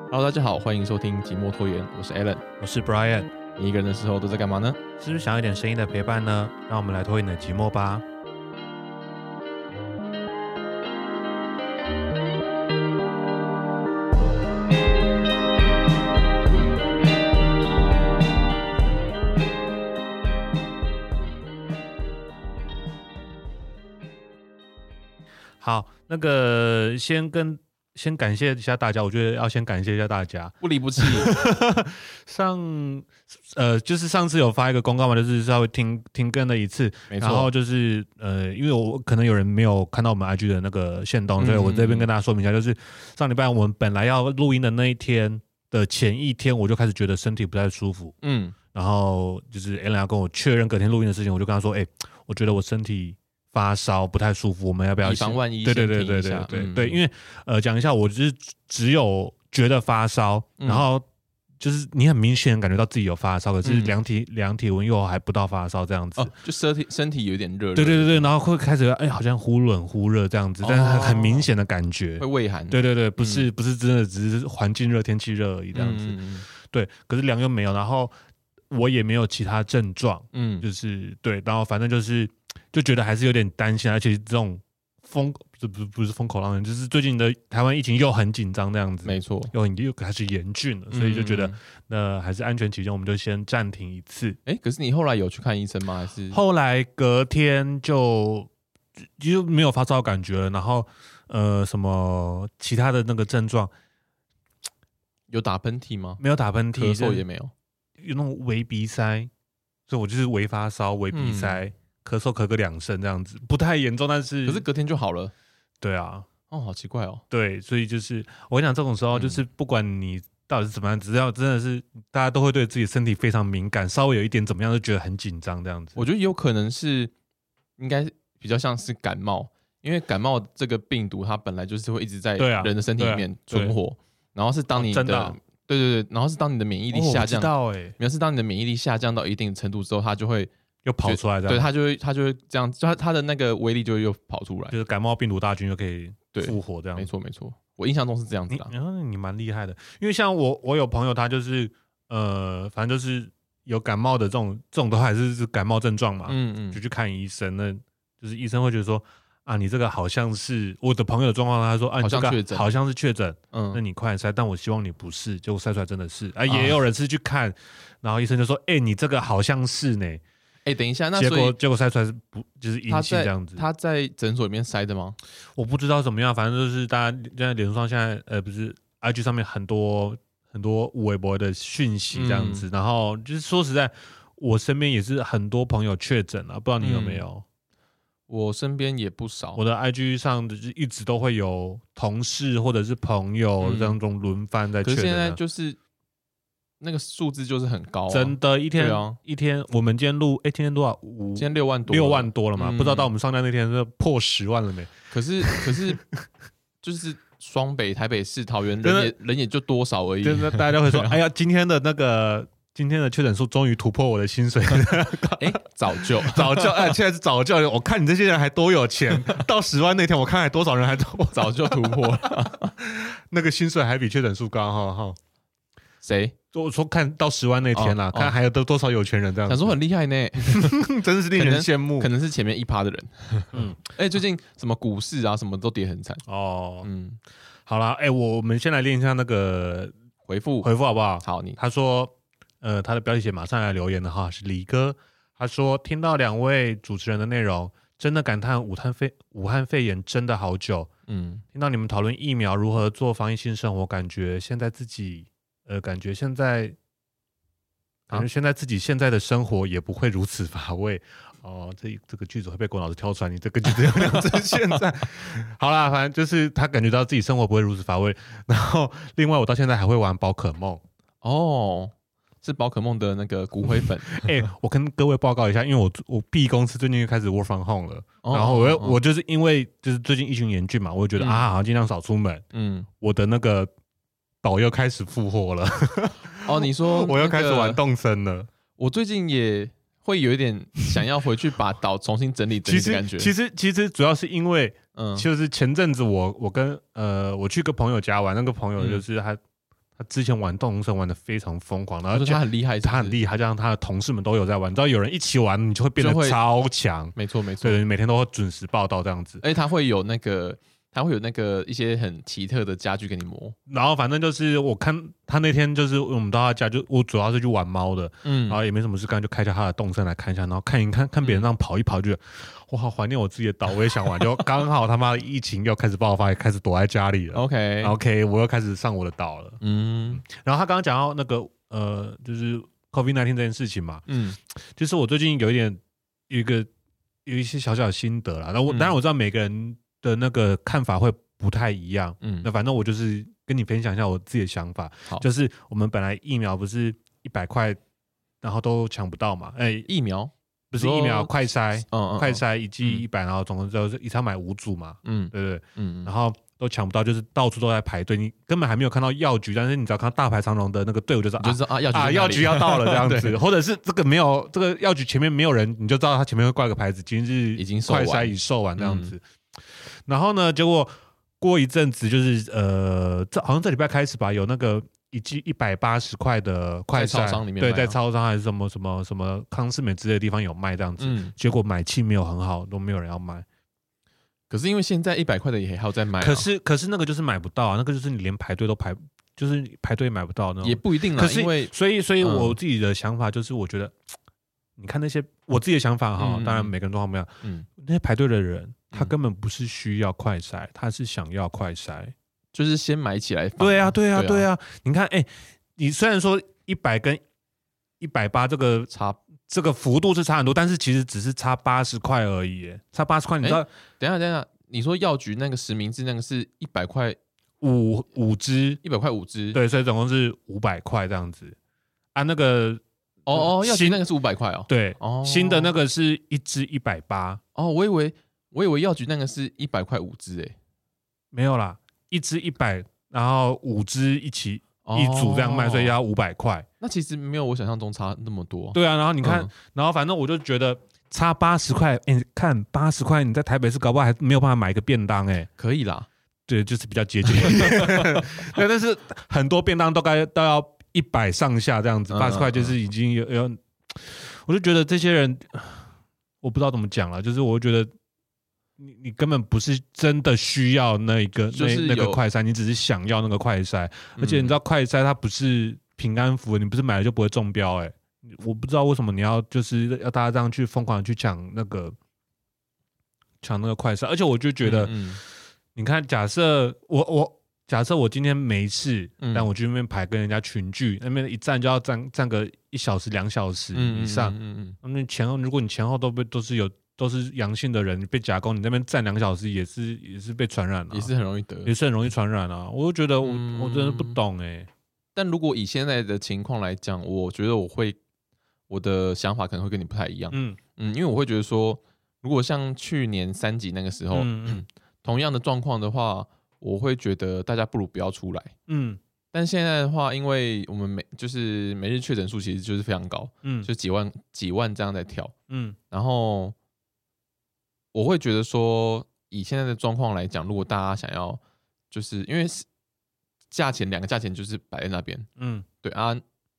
Hello， 大家好，欢迎收听寂寞拖延，我是 Alan， 我是 Brian。 你一个人的时候都在干嘛呢？ 是不是想要一点声音的陪伴呢？让我们来拖延你的寂寞吧。好，那个先感谢一下大家，我觉得要先感谢一下大家， 不离不弃。 就是上次有发一个公告嘛，就是稍微停更了一次， 没错。 然后就是因为我可能有人没有看到我们 IG 的那个限动，所以我这边跟大家说明一下，就是上礼拜我们本来要录音的那一天的前一天，我就开始觉得身体不太舒服，然后就是 Alan 要跟我确认隔天录音的事情，我就跟他说，我觉得我身体发烧不太舒服，我们要不要以防万一？ 对，因为讲一下，我只有觉得发烧，然后就是你很明显感觉到自己有发烧，可是量体温又还不到发烧这样子， 就身体有点热， 对，然后会开始好像忽冷忽热这样子，但是很明显的感觉， 会畏寒， 对，不是真的只是环境热天气热而已这样子，对，可是量又没有，然后我也没有其他症状，就是对，然后反正就觉得还是有点担心，而且这种不是风口浪尖，就是最近的台湾疫情又很紧张这样子， 没错， 又开始严峻了，所以就觉得那还是安全起见，我们就先暂停一次。 可是你后来有去看医生吗？还是后来隔天就没有发烧感觉了，然后什么其他的那个症状， 有打喷嚏吗？ 没有打喷嚏， 咳嗽也没有， 有那种微鼻塞，所以我就是微发烧、微鼻塞。咳嗽咳个2声这样子，不太严重，但是可是隔天就好了。 对啊， 好奇怪哦。 对，所以就是我跟你讲，这种时候就是不管你到底是怎么样，只要真的是大家都会对自己身体非常敏感，稍微有一点怎么样就觉得很紧张这样子。 我觉得有可能是应该比较像是感冒，因为感冒这个病毒它本来就是会一直在人的身体里面存活，然后是当你的对，然后是当你的免疫力下降，是当你的免疫力下降到一定程度之后，它就会又跑出来， 对，它就会这样，就它的那个威力就会又跑出来， 就是感冒病毒大军又可以复活这样。 没错，我印象中是这样子的。 你蛮厉害的，因为像我有朋友，他就是反正就是有感冒的这种都还是感冒症状嘛，就去看医生，那就是医生会觉得说啊，你这个好像是我的朋友的状况，他说啊，你这个好像是确诊，那你快点筛，但我希望你不是，结果筛出来真的是，也有人是去看，然后医生就说，你这个好像是呢。 等一下，那结果筛出来是不就是阴性这样子？ 他在诊所里面筛的吗？ 我不知道怎么样，反正就是大家在脸书上现在不是 IG 上面很多微博的讯息这样子，然后就是说实在，我身边也是很多朋友确诊了，不知道你有没有？ 我身边也不少， 我的 IG 上就是一直都会有同事或者是朋友这种轮番在确诊。 可是现在就是那个数字就是很高， 真的，一天我们今天录，今天多少？ 今天6万多了嘛？不知道到我们上架那天是破10万了没？ 可是就是双北、台北市、桃园人也就多少而已。 真的，大家都会说，哎呀，今天的确诊数终于突破我的薪水。 早就， 现在是早就。我看你这些人还多有钱，到10万那天，我看还多少人还早就突破了， 那个薪水还比确诊数高哈。 谁？ 我说看到10万那天啦，看还有多少有钱人这样子， 想说很厉害呢， 真的是令人羡慕。 可能是前面1%的人，最近什么股市啊，什么都跌很惨哦。好啦，我们先来练一下那个回复好不好？ 好， 他说，他的标题写马上来留言的哈，是李哥，他说听到2位主持人的内容，真的感叹武汉肺炎真的好久。听到你们讨论疫苗如何做防疫新生活，感觉现在自己现在的生活也不会如此乏味哦。这个句子会被郭老师挑出来，你这个句子要两字现在好啦，反正就是他感觉到自己生活不会如此乏味。然后另外我到现在还会玩宝可梦哦，是宝可梦的那个骨灰粉。 我跟各位报告一下，因为我 B 公司最近又开始 work from home 了，然后我就是因为就是最近疫情严峻嘛，我就觉得好像尽量少出门。我的那个岛又开始复活了。 你说我又开始玩动森了。 我最近也会有一点想要回去把岛重新整理的感觉。 其实主要是因为，就是前阵子我跟我去个朋友家玩，那个朋友就是他他之前玩动森玩的非常疯狂，然后他很厉害， 他很厉害，加上他的同事们都有在玩，你知道有人一起玩，你就会变得超强。 没错没错， 对，每天都会准时报到这样子。 而且他会有那个一些很奇特的家具给你摸。 然后反正就是我看他那天就是我们到他家，就我主要是去玩猫的，然后也没什么事干，就开一下他的动森来看一下，然后看别人这样跑一跑，就觉得我好怀念我自己的岛，我也想玩。就刚好他妈的疫情又开始爆发，也开始躲在家里了。OK， 我又开始上我的岛了。然后他刚刚讲到那个就是 COVID-19 这件事情嘛，就是我最近有一些小小的心得啦。然后当然我知道每个人的那个看法会不太一样，那反正我就是跟你分享一下我自己的想法。就是我们本来疫苗不是100块，然后都抢不到嘛？ 疫苗不是疫苗，快筛，快筛1剂100，然后总共就一次要买5组嘛，对不对？然后都抢不到，就是到处都在排队，你根本还没有看到药局，但是你只要看到大排长龙的那个队伍，就知道药局要到了这样子，或者是这个药局前面没有人，你就知道它前面会挂个牌子，今日快筛已售完这样子。然后呢，结果过一阵子，就是好像这礼拜开始吧，有那个1剂180块的快筛， 在超商里面对，在超商还是什么康士美之类的地方有卖这样子，结果买气没有很好，都没有人要买。 可是因为现在100块的也还有在卖， 可是那个就是买不到啊，那个就是你连排队都就是排队买不到那种， 也不一定啦。因为所以我自己的想法就是，我觉得你看那些我自己的想法哈，当然每个人状况不一样，那些排队的人。他根本不是需要快筛，他是想要快筛， 就是先买起来放。 对啊！你看，你虽然说100跟180这个幅度是差很多，但是其实只是差80块而已，差80块。你知道？ 等一下，你说药局那个实名制那个是100块 5支 ，100块5支， 对，所以总共是500块这样子啊。那个药局那个是500块哦， 对，新的那个是1支180。 我以为药局那个是100块5支没有啦，1支100，然后5支一组这样卖，所以要500块。 那其实没有我想象中差那么多。 对啊，然后你看，然后反正我就觉得差80块，看80块，你在台北市搞不好还没有办法买一个便当可以啦， 对，就是比较接近。对，但是很多便当都要100上下这样子，80块就是已经有，我就觉得这些人，我不知道怎么讲了，就是我觉得。你根本不是真的需要那个快筛，你只是想要那个快筛，而且你知道快筛它不是平安符，你不是买了就不会中标我不知道为什么你要就是要大家这样去疯狂的去抢那个快筛，而且我就觉得，你看，假设我今天没事，但我去那边排跟人家群聚，那边一站就要站个1小时2小时以上，那前后如果你前后都是阳性的人，你被夹攻，你那边站2小时也是被传染了， 也是很容易得， 也是很容易传染啊！我就觉得我真的不懂但如果以现在的情况来讲，我觉得我的想法可能会跟你不太一样。因为我会觉得说，如果像去年3级那个时候，同样的状况的话，我会觉得大家不如不要出来。但现在的话，因为我们每日确诊数其实就是非常高，就几万这样在跳，然后。我会觉得说，以现在的状况来讲，如果大家想要，就是因为两个价钱就是摆在那边，对啊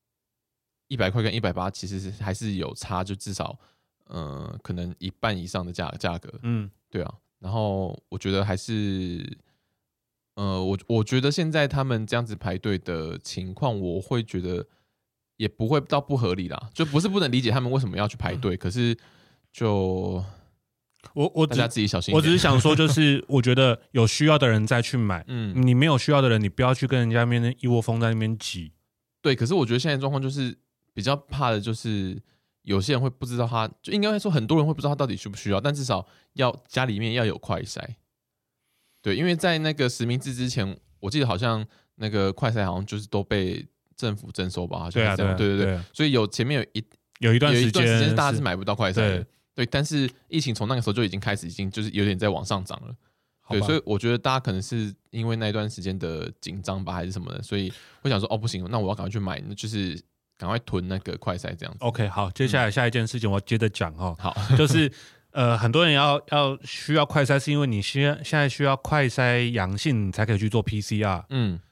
，100块跟180其实还是有差，就至少可能1半以上的价格，对啊，然后我觉得还是，我觉得现在他们这样子排队的情况，我会觉得也不会到不合理啦，就不是不能理解他们为什么要去排队，可是就。大家自己小心一点。 我只是想说，就是我觉得有需要的人再去买，你没有需要的人，你不要去跟人家面一窝蜂在那边挤。 对，可是我觉得现在的状况就是比较怕的，就是有些人会不知道就应该说很多人会不知道他到底需不需要，但至少家里面要有快筛。对，因为在那个实名制之前，我记得好像那个快筛好像就是都被政府征收吧，好像是这样。对，所以前面有一段时间大家是买不到快筛的。对，但是疫情从那个时候就已经开始，已经就是有点在往上涨了。对，所以我觉得大家可能是因为那一段时间的紧张吧，还是什么的，所以会想说，不行，那我要赶快去买，就是赶快囤那个快筛这样子。 OK， 好，接下来下一件事情我要接着讲好， 就是很多人需要快筛，是因为你现在需要快筛阳性，你才可以去做 PCR。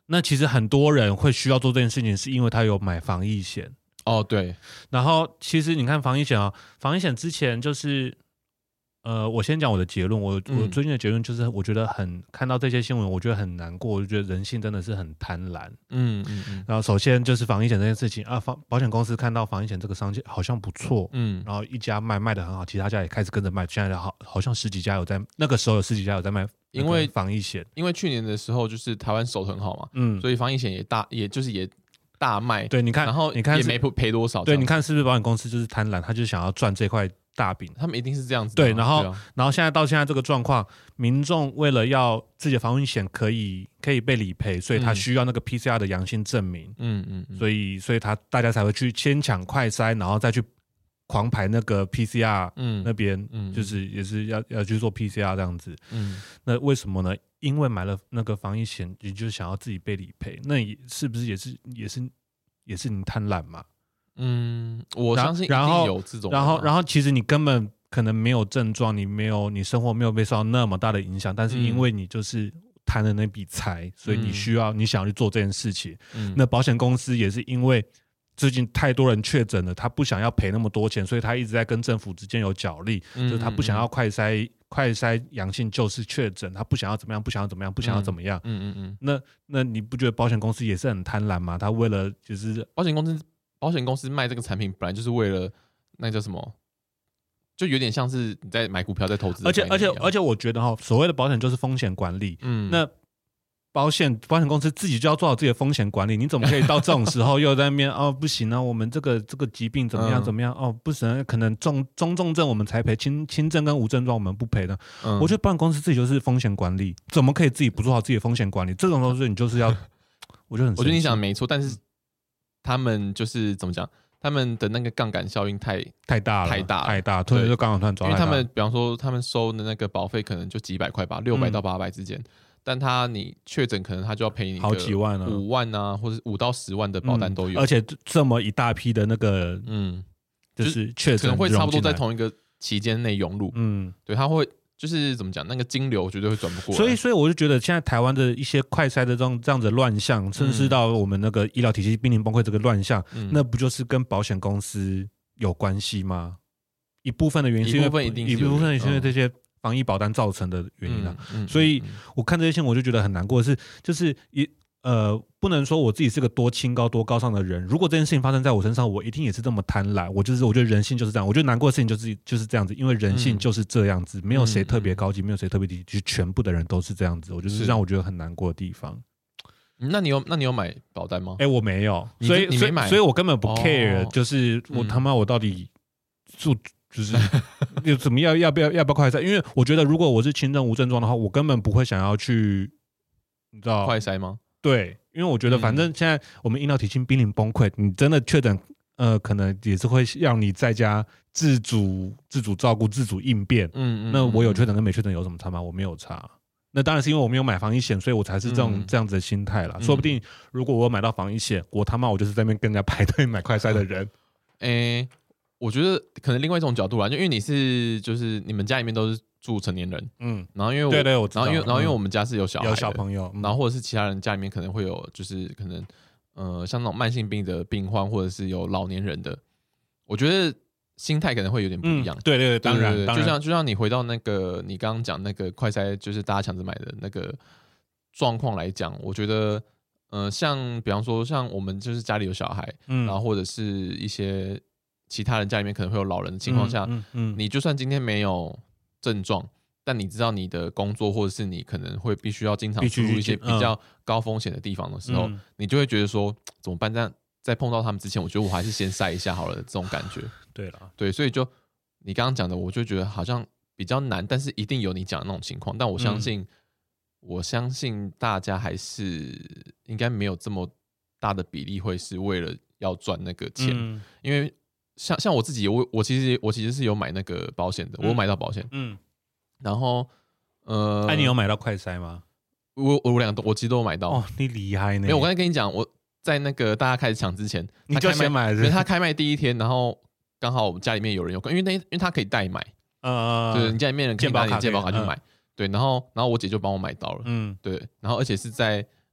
那其实很多人会需要做这件事情，是因为他有买防疫险。 哦，对。 然后其实你看防疫险啊，防疫险之前就是。我先讲我的结论。我最近的结论就是，我觉得看到这些新闻，我觉得很难过。我就觉得人性真的是很贪婪。然后首先就是防疫险这件事情啊，保险公司看到防疫险这个商机好像不错，然后一家卖得很好，其他家也开始跟着卖。现在好像十几家有在，那个时候有10几家有在卖，因为防疫险， 因为去年的时候就是台湾守很好嘛，所以防疫险也大卖。 对，你看， 然后也没赔多少。 对，你看是不是保险公司就是贪婪，他就是想要赚这块大饼， 他们一定是这样子。 对，然后现在到现在这个状况，民众为了要自己的防疫险可以被理赔，所以他需要那个 PCR 的阳性证明。所以大家才会去先抢快筛，然后再去狂排那个 PCR 那边，就是也是要去做 PCR 这样子。那为什么呢？因为买了那个防疫险，你就想要自己被理赔，那是不是也是你贪婪嘛？ 我相信一定有这种。 然后其实你根本可能没有症状，你生活没有被受到那么大的影响，但是因为你就是贪了那笔财，所以你想要去做这件事情。那保险公司也是因为最近太多人确诊了，他不想要赔那么多钱，所以他一直在跟政府之间有角力，就是他不想要快筛阳性就是确诊，他不想要怎么样，不想要怎么样，不想要怎么样。那你不觉得保险公司也是很贪婪吗？他为了就是保险公司卖这个产品本来就是为了那叫什么，就有点像是你在买股票在投资。而且我觉得所谓的保险就是风险管理。那保险公司自己就要做好自己的风险管理，你怎么可以到这种时候又在那边不行啊？我们这个疾病怎么样怎么样？不行，可能中症我们才赔，轻症跟无症状我们不赔的。我觉得保险公司自己就是风险管理，怎么可以自己不做好自己的风险管理？这种东西你就是要，我觉得你讲的没错，但是他们就是怎么讲？他们的那个杠杆效应太大了， 突然就杠杆突然抓， 因为他们比方说他们收的那个保费可能就几百块吧，600到800之间。但你确诊，可能他就要赔你好几万啊 ，5万啊，或者5到10万的保单都有。 而且这么一大批的那个，就是确诊可能会差不多在同一个期间内涌入。对，他会就是怎么讲，那个金流绝对会转不过来。 所以我就觉得现在台湾的一些快筛的这样子的乱象，甚至到我们那个医疗体系濒临崩溃这个乱象，那不就是跟保险公司有关系吗？一部分的原因是因为这些防疫保单造成的原因啊。所以我看这些新闻我就觉得很难过的是，就是不能说我自己是个多清高多高尚的人，如果这件事情发生在我身上，我一定也是这么贪婪。我觉得人性就是这样，我觉得难过的事情就是这样子，因为人性就是这样子，没有谁特别高级，没有谁特别低级，全部的人都是这样子。我就是让我觉得很难过的地方。 那你有买保单吗？ 我没有，所以你没买，所以我根本不 care，就是我到底就是怎么要不要快筛？因为我觉得如果我是轻症无症状的话，我根本不会想要去，你知道快筛吗？ 对，因为我觉得反正现在我们医疗体系濒临崩溃，你真的确诊，可能也是会让你在家自主照顾、自主应变。那我有确诊跟没确诊有什么差吗？我没有差。那当然是因为我没有买防疫险，所以我才是这样子的心态啦。说不定如果我有买到防疫险，我就是在那边跟人家排队买快筛的人。 我觉得可能另外一种角度啦，就因为就是你们家里面都是住成年人，然后因为我知道，然后因为我们家是有小朋友， 然后或者是其他人家里面可能会有，就是可能像那种慢性病的病患，或者是有老年人的，我觉得心态可能会有点不一样。 对，当然， 就像你回到那个你刚刚讲那个快筛，就是大家抢着买的那个状况来讲，我觉得像比方说像我们就是家里有小孩，然后或者是一些其他人家里面可能会有老人的情况下，你就算今天没有症状，但你知道你的工作或者是你可能会必须要经常出入一些比较高风险的地方的时候，你就会觉得说怎么办？这样在碰到他们之前，我觉得我还是先晒一下好了，这种感觉。对，所以就你刚刚讲的，我就觉得好像比较难，但是一定有你讲的那种情况。但我相信大家还是应该没有这么大的比例会是为了要赚那个钱，因为像我自己，我其实是有买那个保险的，我有买到保险，然后你有买到快筛吗？ 我两个我其实都有买到。 你厉害呢！ 没有，我刚才跟你讲，我在那个大家开始抢之前， 你就先买了， 因为他开卖第一天，然后刚好我们家里面有人有，因为他可以代买，对，你家里面人可以拿你健保卡去买，对，然后我姐就帮我买到了，对，然后而且是在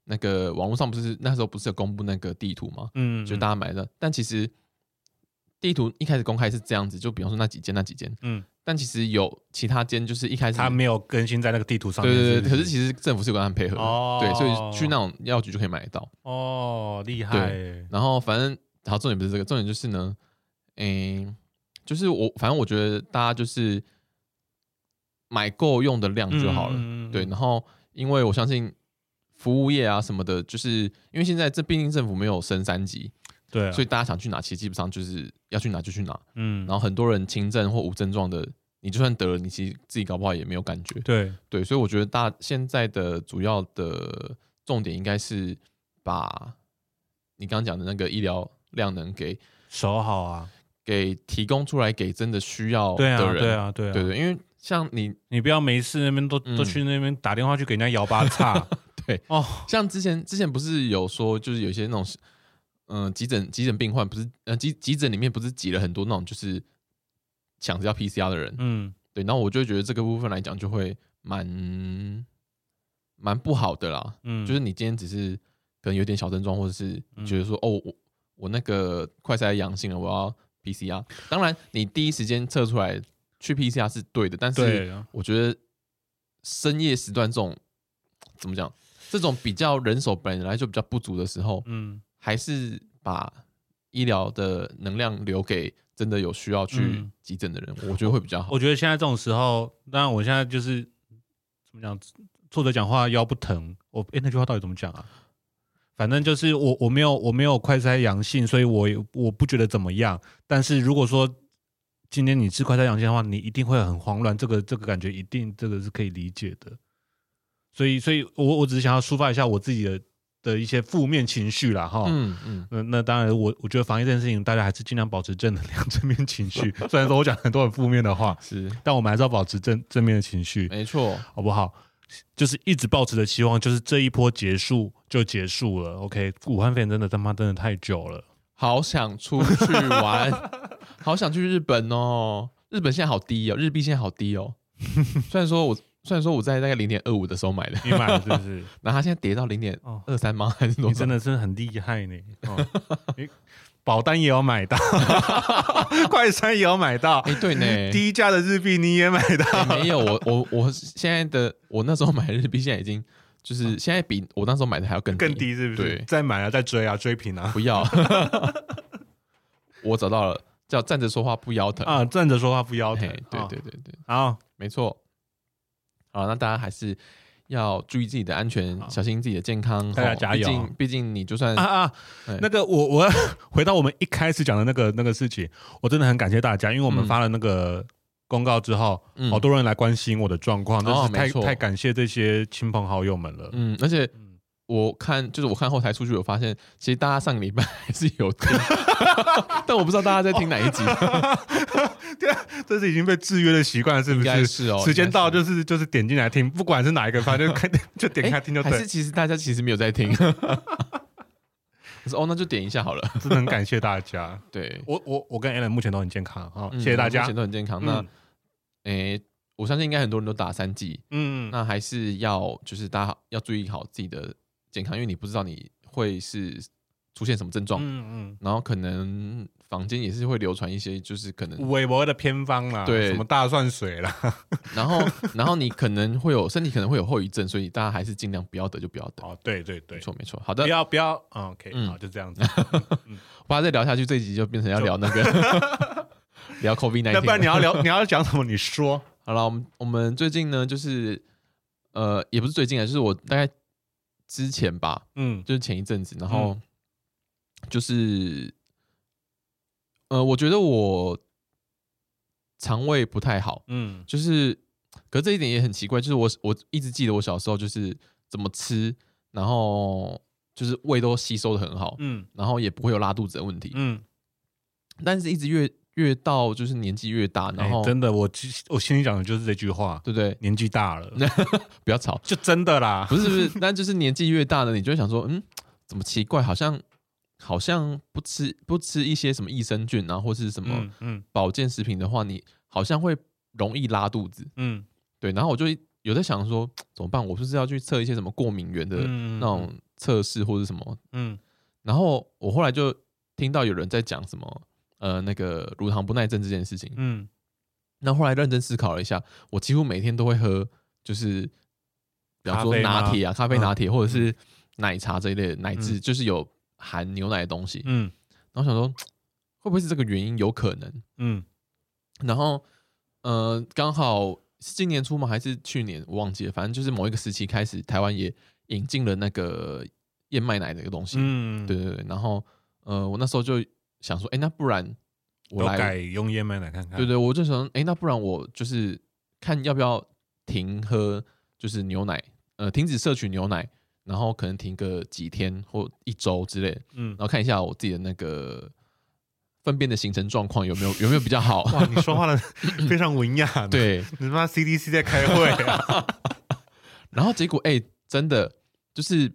那个网络上不是那时候不是有公布那个地图吗？就大家买的，但其实地图一开始公开是这样子，就比方说那几间，但其实有其他间就是一开始他没有更新在那个地图上面， 对，可是其实政府是有跟他们配合的，对，所以去那种药局就可以买得到。 厉害。 然后反正好，重点不是这个，重点就是呢，就是反正我觉得大家就是买够用的量就好了，对。然后因为我相信服务业啊什么的，就是因为现在这毕竟政府没有升3级。 对、 所以大家想去哪，其实基本上就是要去哪就去哪。然后很多人轻症或无症状的，你就算得了，你其实自己搞不好也没有感觉。对，所以我觉得现在的主要的重点应该是把你刚刚讲的那个医疗量能给守好啊， 给提供出来给真的需要的人。对，因为像你不要没事那边都去那边打电话去给人家摇八叉。 对哦，像之前不是有说，就是有一些那种。急诊病患不是急诊里面不是挤了很多那种就是抢着要 PCR 的人，对，然后我就觉得这个部分来讲就会蛮不好的啦，就是你今天只是可能有点小症状，或者是觉得说我那个快筛阳性了，我要 PCR， 当然你第一时间测出来去 PCR 是对的，但是我觉得深夜时段这种怎么讲，这种比较人手本来就比较不足的时候，还是把医疗的能量留给真的有需要去急诊的人，我觉得会比较好。 我觉得现在这种时候，当然我现在就是怎么讲，坐着讲话腰不疼。那句话到底怎么讲啊？反正就是我没有快筛阳性，所以我不觉得怎么样。但是如果说今天你是快筛阳性的话，你一定会很慌乱，这个感觉一定这个是可以理解的。所以我只是想要抒发一下我自己的一些负面情绪啦，哈，那当然我觉得防疫这件事情，大家还是尽量保持正能量、正面情绪。虽然说我讲很多很负面的话，但我们还是要保持正面的情绪， 没错， 好不好？就是一直抱持的希望，就是这一波结束就结束了。OK， 武汉肺炎真的太久了， 好想出去玩，好想去日本哦。日本现在好低哦，日币现在好低哦。虽然说我在大概 0.25 的时候买的， 你买了是不是？ 然后它现在跌到 0.23 吗？还是多少？ 你真的是很厉害呢！你保单也有买到，快餐也有买到， 对呢， 低价的日币你也买到。 没有，我现在的我那时候买的日币现在已经就是现在比我那时候买的还要更低，是不是？ 对， 再买啊，再追啊，追平啊！ 不要，我找到了，叫站着说话不腰疼啊，站着说话不腰疼。 对， 好， 没错。好，那大家还是要注意自己的安全，小心自己的健康， 大家加油。 毕竟你就算那个我回到我们一开始讲的那个事情，我真的很感谢大家，因为我们发了那个公告之后，好多人来关心我的状况，真是太感谢这些亲朋好友们了。 而且我看后台数据，我发现其实大家上个礼拜还是有听，但我不知道大家在听哪一集。 对啊，这是已经被制约的习惯，是不是？ 应该是哦。 时间到就是点进来听，不管是哪一个，反正就点开听就对。 还是其实大家没有在听。那就点一下好了。 真的很感谢大家。 对， 我跟 Alan 目前都很健康啊，谢谢大家。 目前都很健康。那我相信应该很多人都打3剂。那还是要就是大家要注意好自己的健康，因为你不知道你会是出现什么症状，然后可能坊间也是会流传一些就是可能微博的偏方啦， 对， 什么大蒜水啦， 然后你可能会有身体可能会有后遗症，所以大家还是尽量不要得就不要得。 对， 没错，好的， 不要，OK，好，就这样子。 我怕再聊下去，这一集就变成要聊那个聊 COVID-19， 要不然你要讲什么？你说。 好了，我们最近呢，就是也不是最近啊，就是我大概之前吧，就是前一阵子，然后就是我觉得我肠胃不太好，就是可是这一点也很奇怪，就是我一直记得我小时候就是怎么吃，然后就是胃都吸收的很好，然后也不会有拉肚子的问题，但是一直越到就是年纪越大，然后真的我心里讲的就是这句话， 对不对？ 年纪大了， 不要吵， 就真的啦， 不是，但就是年纪越大呢，你就会想说，怎么奇怪，好像不吃一些什么益生菌啊，或是什么保健食品的话，你好像会容易拉肚子，对，然后我就有在想说怎么办，我是不是要去测一些什么过敏源的那种测试或者什么？然后我后来就听到有人在讲什么那个乳糖不耐症这件事情。那后来认真思考了一下，我几乎每天都会喝，就是比方说拿铁啊、咖啡拿铁，或者是奶茶这一类的奶制，就是有含牛奶的东西。然后想说会不会是这个原因？有可能。然后刚好是今年初吗？还是去年？我忘记了。反正就是某一个时期开始，台湾也引进了那个燕麦奶的一个东西。对对对。然后我那时候就想说，那不然我来改用燕麦奶看看。 对对，我就想，那不然我就是看要不要停喝，就是牛奶，停止摄取牛奶，然后可能停个几天或1周之类的。然后看一下我自己的那个粪便的形成状况有没有比较好。 哇，你说话的非常文雅。 对， 你他妈 CDC 在开会啊。 然后结果真的就是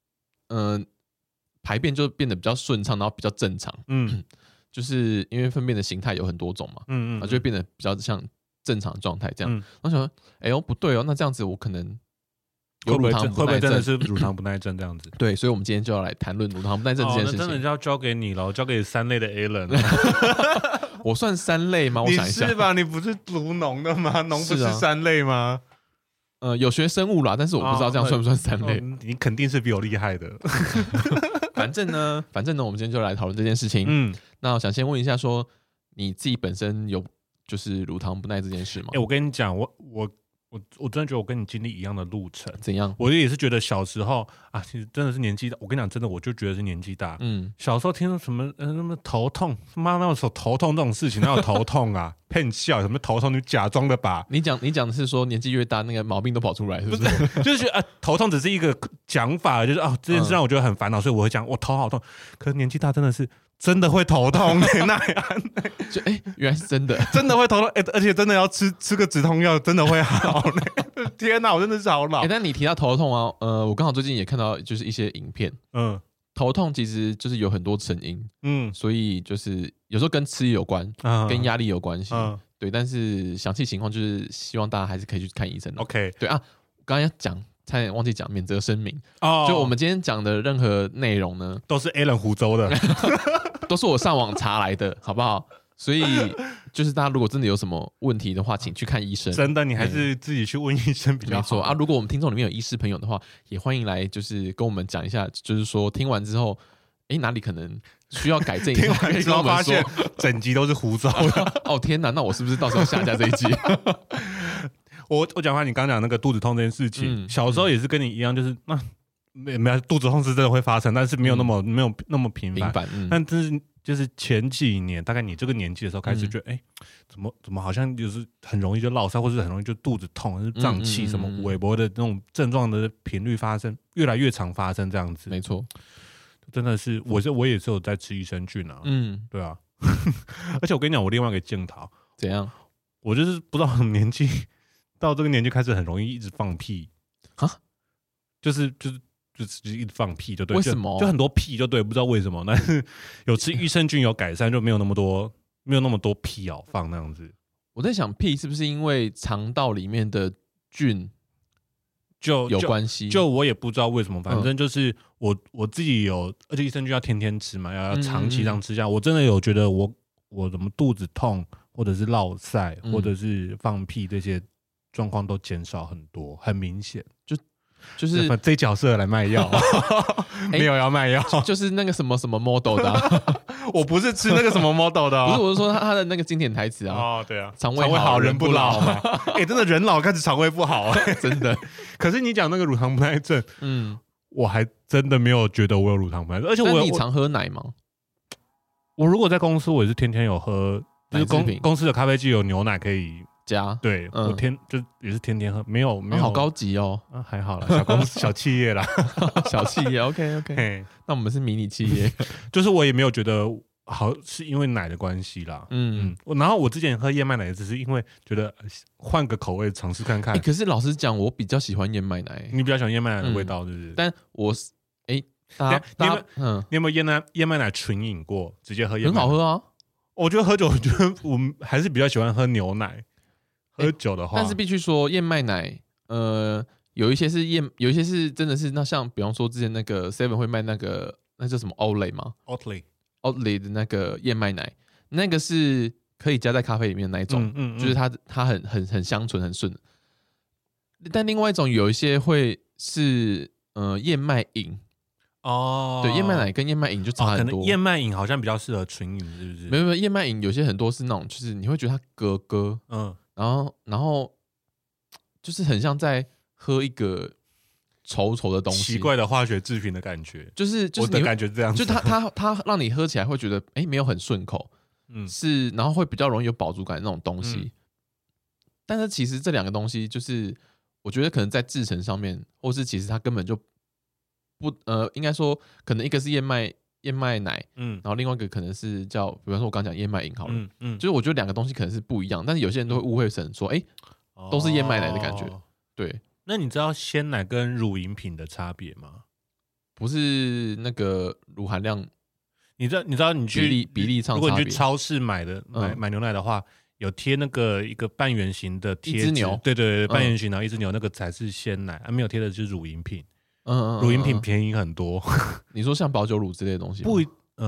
排便就变得比较顺畅，然后比较正常。就是因为粪便的形态有很多种嘛。然后就会变得比较像正常状态这样。然后想说不对哦，那这样子我可能有乳糖不耐症， 会不会真的是乳糖不耐症这样子？ 对，所以我们今天就要来谈论乳糖不耐症这件事情。 那真的就要交给你了，我交给3类的 Alan。 我算3类吗？我想一下。 你是吧？你不是读农的吗？农不是3类吗？ 有学生物啦，但是我不知道这样算不算3类。 你肯定是比我厉害的。 反正呢，我们今天就来讨论这件事情。那我想先问一下，说你自己本身有就是乳糖不耐这件事吗？ 我跟你讲，我真的觉得我跟你经历一样的路程。 怎样？ 我也是觉得小时候啊，其实真的是年纪大。我跟你讲，真的，我就觉得是年纪大。小时候听说什么头痛，妈那时候头痛这种事情，哪有头痛啊？骗笑，什么头痛你假装的吧？ 你讲的是说年纪越大，那个毛病都跑出来，是不是？ 就是觉得头痛只是一个讲法，就是这件事让我觉得很烦恼，所以我会讲我头好痛。可是年纪大真的是。真的会头痛。 就原来是真的， 真的会头痛。而且真的要吃个止痛药，真的会好。天哪，我真的是好老。 但你提到头痛啊，我刚好最近也看到就是一些影片。头痛其实就是有很多成因。所以就是有时候跟吃有关，跟压力有关系。对，但是详细情况就是希望大家还是可以去看医生的。 OK， 对啊，我刚刚要讲。差点忘记讲免责声明。就我们今天讲的任何内容呢， 都是 Alan 湖州的。 都是我上网查来的，好不好？所以就是大家如果真的有什么问题的话，请去看医生。 真的，你还是自己去问医生比较好。 没错啊，如果我们听众里面有医师朋友的话，也欢迎来就是跟我们讲一下，就是说听完之后，哪里可能需要改正一下？ 听完之后发现整集都是胡诌的。 哦天哪，那我是不是到时候下架这一集？ 我讲话，你刚讲那个肚子痛这件事情，小时候也是跟你一样，就是肚子痛是真的会发生，但是没有那么频繁。但就是前几年，大概你这个年纪的时候，开始觉得怎么好像就是很容易就落腮，或是很容易就肚子痛，还是胀气什么微薄的那种症状的频率发生，越来越常发生这样子。 没错， 真的是我也是有在吃益生菌啊。对啊。而且我跟你讲，我另外一个检讨， 怎样？ 我就是不知道什么年纪。到这个年纪开始很容易一直放屁啊，就是一直放屁就对， 为什么？ 就很多屁就对，不知道为什么。但是有吃益生菌有改善，就没有那么多屁要放那样子。 我在想屁是不是因为肠道里面的菌就有关系？ 就我也不知道为什么，反正就是我自己有，而且益生菌要天天吃嘛，要长期这样吃下，我真的有觉得我怎么肚子痛，或者是落腮，或者是放屁这些。状况都减少很多，很明显， 就是这角色来卖药，没有要卖药， 就是那个什么什么 model 的。 我不是吃那个什么 model 的。 不是，我是说他的那个经典台词啊。 对啊， 肠胃好人不老嘛。 真的人老开始肠胃不好。 真的。 可是你讲那个乳糖不耐症，我还真的没有觉得我有乳糖不耐症，而且你常喝奶吗？ 我如果在公司，我也是天天有喝，就是公司的咖啡机有牛奶可以。对，我就也是天天喝，没有， 好高级哦。 还好啦，小公司小企业啦。 小企业 OK。那我们是迷你企业。 就是我也没有觉得好是因为奶的关系啦。然后我之前喝燕麦奶也只是因为觉得换个口味尝试看看。 可是老实讲，我比较喜欢燕麦奶。 你比较喜欢燕麦奶的味道，是不是？ 但我是你有没有燕麦奶纯饮过？直接喝燕麦奶很好喝啊。 我觉得喝酒，我觉得我们还是比较喜欢喝牛奶。喝酒的话， 但是必须说燕麦奶， 有一些是真的是那像比方说之前那个 Seven 会卖那个那叫什么 Oatly 吗 ？Oatly 的那个燕麦奶，那个是可以加在咖啡里面的那一种，就是它很香醇很顺。但另外一种有一些会是燕麦饮哦，对，燕麦奶跟燕麦饮就差很多。 可能燕麦饮好像比较适合纯饮，是不是？ 没有燕麦饮有些很多是那种，就是你会觉得它咯，然后就是很像在喝一个稠稠的东西， 奇怪的化学制品的感觉， 就是我的感觉这样子， 就它让你喝起来会觉得没有很顺口，是然后会比较容易有饱足感的那种东西。但是其实这两个东西就是我觉得可能在制成上面，或是其实它根本就不应该说可能一个是燕麦奶，然后另外一个可能是叫比方说我刚讲燕麦饮好了，就是我觉得两个东西可能是不一样，但是有些人都会误会成说都是燕麦奶的感觉，对。 那你知道鲜奶跟乳饮品的差别吗？ 不是那个乳含量， 你知道你去比例上， 如果你去超市买牛奶的话，有贴那个一个半圆形的贴纸， 一只牛， 对，半圆形然后一只牛那个才是鲜奶，没有贴的就是乳饮品，乳饮品便宜很多。 你说像保酒乳之类的东西吗？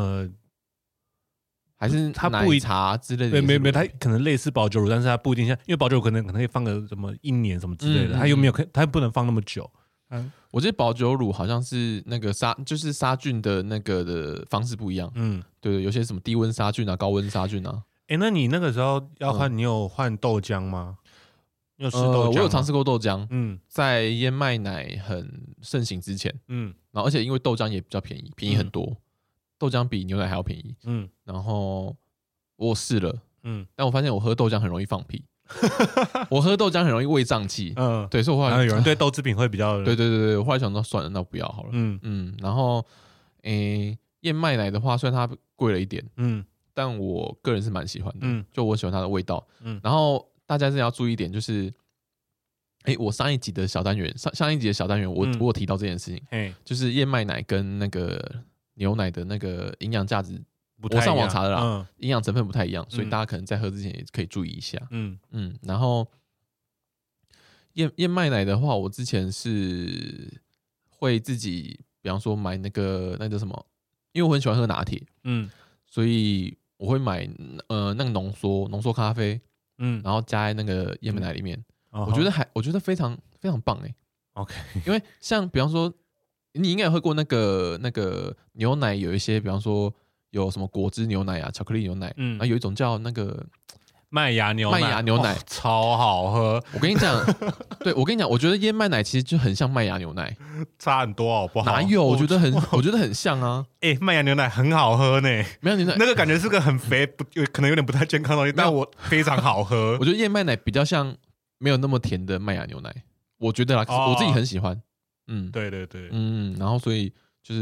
还是它奶茶之类的？ 没，它可能类似保酒乳，但是它不一定像，因为保酒乳可能可以放个什么1年什么之类的，它又没有，它不能放那么久。 我记得保酒乳好像是那个就是杀菌的那个的方式不一样。对，有些什么低温杀菌啊、高温杀菌啊。 那你那个时候要换，你有换豆浆吗？你有试豆浆吗？ 我有尝试过豆浆。在燕麦奶很盛行之前。然后而且因为豆浆也比较便宜很多。豆浆比牛奶还要便宜，然后我试了，但我发现我喝豆浆很容易放屁，我喝豆浆很容易胃胀气，对，所以我后来有人对豆制品会比较， 对，我后来想到算了，那不要好了，然后燕麦奶的话，虽然它贵了一点，但我个人是蛮喜欢的，就我喜欢它的味道，然后大家真的要注意一点，就是我上一集的小单元，我有提到这件事情，就是燕麦奶跟那个牛奶的那个营养价值，我上网查的啦，营养成分不太一样，所以大家可能在喝之前也可以注意一下。然后燕麦奶的话，我之前是会自己，比方说买那叫什么，因为我很喜欢喝拿铁，所以我会买那个浓缩咖啡，然后加在那个燕麦奶里面，我觉得非常非常棒 OK， 因为像比方说。你应该有喝过那个牛奶，有一些比方说有什么果汁牛奶啊、巧克力牛奶，然后有一种叫那个麦芽牛奶，超好喝。 我跟你讲，我觉得燕麦奶其实就很像麦芽牛奶， 差很多好不好？ 哪有？我觉得很像啊。 麦芽牛奶很好喝呢， 麦芽牛奶那个感觉是个很肥，可能有点不太健康的东西，但我非常好喝。 我觉得燕麦奶比较像没有那么甜的麦芽牛奶，我觉得啦，我自己很喜欢。 对， 然后所以就是，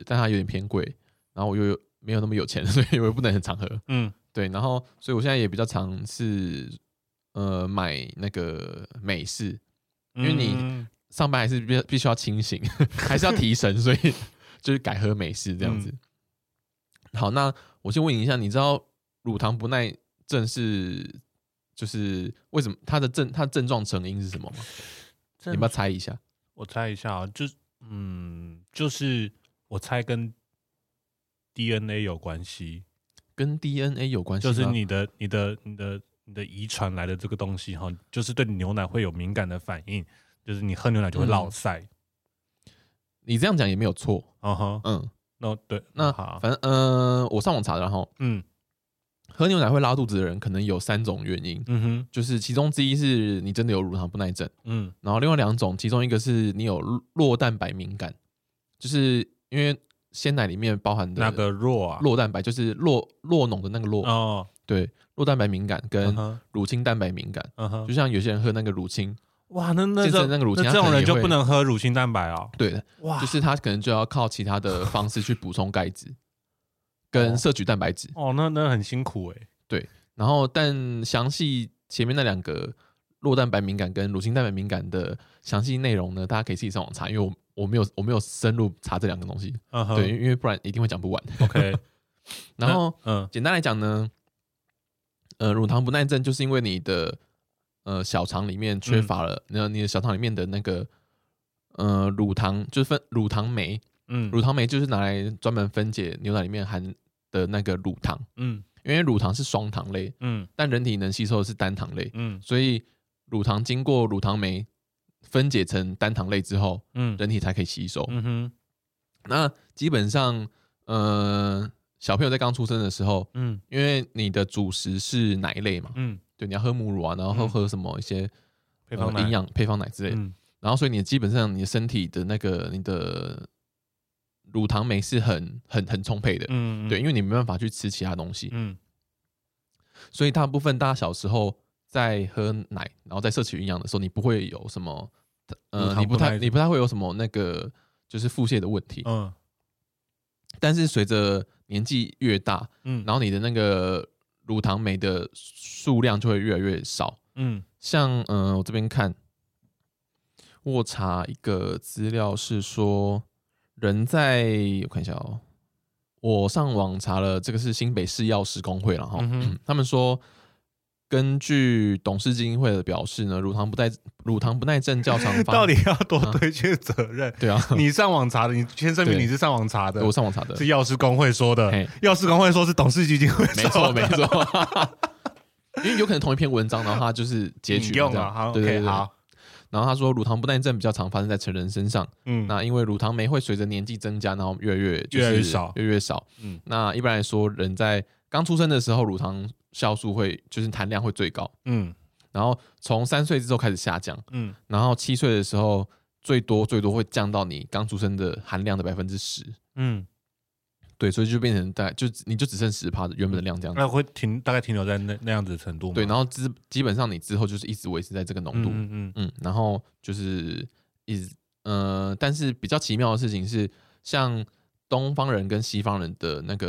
但它有点偏贵，然后我又没有那么有钱，所以我又不能很常喝，对，然后所以我现在也比较常是买那个美式，因为你上班还是必须要清醒，还是要提神，所以就是改喝美式这样子。好，那我先问你一下，你知道乳糖不耐症就是为什么它的症状成因是什么吗？你要不要猜一下？ 我猜一下就是我猜跟 DNA 有关系， 跟 DNA 有关系， 就是你的遗传来的这个东西就是对牛奶会有敏感的反应，就是你喝牛奶就会落腮。 你这样讲也没有错， 对， 那反正我上网查的，然后喝牛奶会拉肚子的人可能有3种原因，就是其中之一是你真的有乳糖不耐症，然后另外2种，其中一个是你有酪蛋白敏感，就是因为鲜奶里面包含的那个酪蛋白，就是酪农的那个酪，对，酪蛋白敏感跟乳清蛋白敏感，就像有些人喝那个乳清， 哇，那个乳清， 这种人就不能喝乳清蛋白哦， 对的，哇，就是他可能就要靠其他的方式去补充钙质。跟摄取蛋白质那很辛苦对，然后但详细前面那2个酪蛋白敏感跟乳清蛋白敏感的详细内容呢，大家可以自己上网查，因为我没有深入查这2个东西，对，因为不然一定会讲不完。 OK， 然后简单来讲呢，乳糖不耐症就是因为你的小肠里面缺乏了，你的小肠里面的那个乳糖，就是乳糖酶，乳糖酶就是拿来专门分解牛奶里面含的那个乳糖，因为乳糖是双糖类，但人体能吸收的是单糖类，所以乳糖经过乳糖酶分解成单糖类之后，人体才可以吸收。那基本上，小朋友在刚出生的时候，因为你的主食是奶类嘛，对，你要喝母乳啊，然后喝什么一些营养配方奶之类，然后所以基本上你的身体的你的乳糖酶是很充沛的，对，因为你没办法去吃其他东西，所以大部分大家小时候在喝奶，然后在摄取营养的时候，你不会有什么，你不太会有什么那个就是腹泻的问题，但是随着年纪越大，然后你的那个乳糖酶的数量就会越来越少，像我这边看，我查一个资料是说，我看一下哦，我上网查了，这个是新北市药师公会了哈，他们说，根据董事基金会的表示呢，乳糖不耐症较常发， 到底要多推卸责任？ 对啊， 你上网查的，你先声明你是上网查的， 我上网查的， 是药师公会说的，药师公会说是董事基金会说的， 没错，因为有可能同一篇文章，然后他就是截取用了，好，对，好。 然后他说，乳糖不耐症比较常发生在成人身上，那因为乳糖酶会随着年纪增加，然后越来越少，那一般来说，人在刚出生的时候，乳糖酵素就是含量会最高，然后从3岁之后开始下降，然后7岁的时候最多会降到你刚出生的含量的10%，对，所以就变成你就只剩10%原本的量这样子， 那会大概停留在那样子的程度吗？ 对，然后基本上你之后就是一直维持在这个浓度，然后就是但是比较奇妙的事情是，像东方人跟西方人的那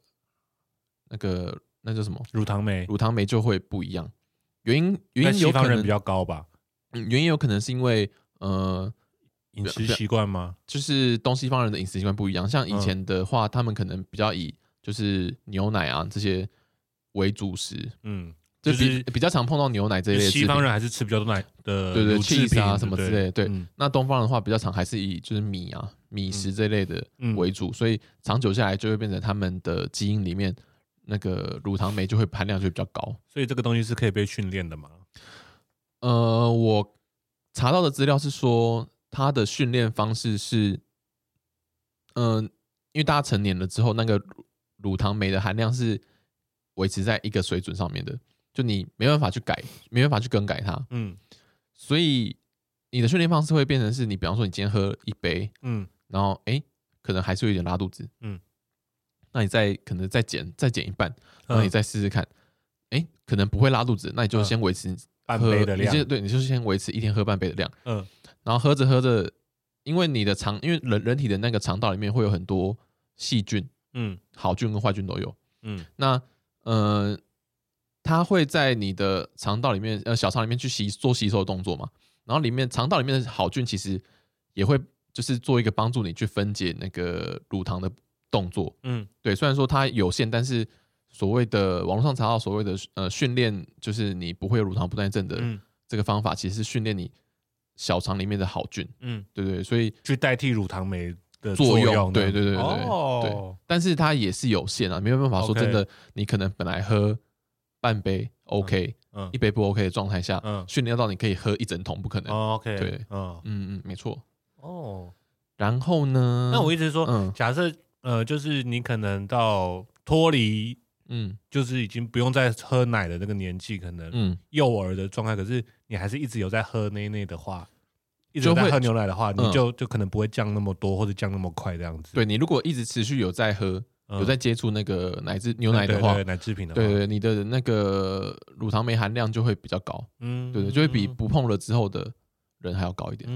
叫什么乳糖酶就会不一样，原因有可能比较高吧， 原因有可能是因为饮食习惯吗？ 就是东西方人的饮食习惯不一样，像以前的话，他们可能比较以就是牛奶啊这些为主食， 就是比较常碰到牛奶这一类的。 西方人还是吃比较多奶的， 对乳制品啊什么之类的。对，那东方人的话比较常还是以就是米食这一类的为主，所以长久下来就会变成他们的基因里面那个乳糖酶就会含量就会比较高。 所以这个东西是可以被训练的吗？ 我查到的资料是说，它的训练方式是，因为大家成年了之后，那个乳糖酶的含量是维持在一个水准上面的，就你没办法去改，没办法去更改它。所以你的训练方式会变成是你，比方说你今天喝1杯，然后可能还是有点拉肚子，那你可能再减一半，然后你再试试看，可能不会拉肚子，那你就先维持半杯的量， 对，你就是先维持一天喝半杯的量，然后喝着，因为你的因为人体的那个肠道里面会有很多细菌，好菌跟坏菌都有，那它会在你的肠道里面，小肠里面去做吸收的动作嘛，然后肠道里面的好菌其实也会就是做一个帮助你去分解那个乳糖的动作，对，虽然说它有限，但是所谓的网络上查到所谓的训练，就是你不会有乳糖不耐症的这个方法，其实是训练你小肠里面的好菌，对，所以去代替乳糖酶的作用， 对，对，但是它也是有限啊，没有办法说真的，你可能本来喝半杯 OK，一杯不 OK 的状态下，训练到你可以喝一整桶，不可能。 OK， 对，没错。然后呢？ 那我一直说，假设就是你可能到脱离，就是已经不用再喝奶的那个年纪，可能幼儿的状态，可是你还是一直有在喝奶的话，一直在喝牛奶的话，你就可能不会降那么多或者降那么快这样子。 对，你如果一直持续有在喝。有在接触那个牛奶的话， 对奶制品的话， 对，你的那个乳糖酶含量就会比较高，对，就会比不碰了之后的人还要高一点。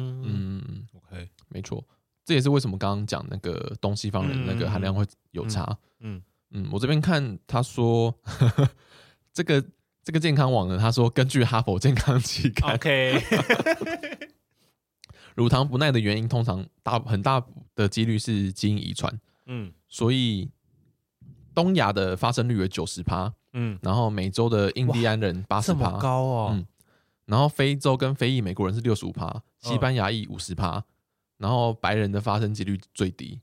OK， 没错，这也是为什么刚刚讲那个东西方人那个含量会有差。我这边看他说这个健康网呢，他说根据哈佛健康期刊 ，OK， 乳糖不耐的原因通常很大的几率是基因遗传，所以东亚的发生率为90%，然后美洲的印第安人80%， 这么高哦， 然后非洲跟非裔美国人是65%，西班牙裔50%，然后白人的发生几率最低。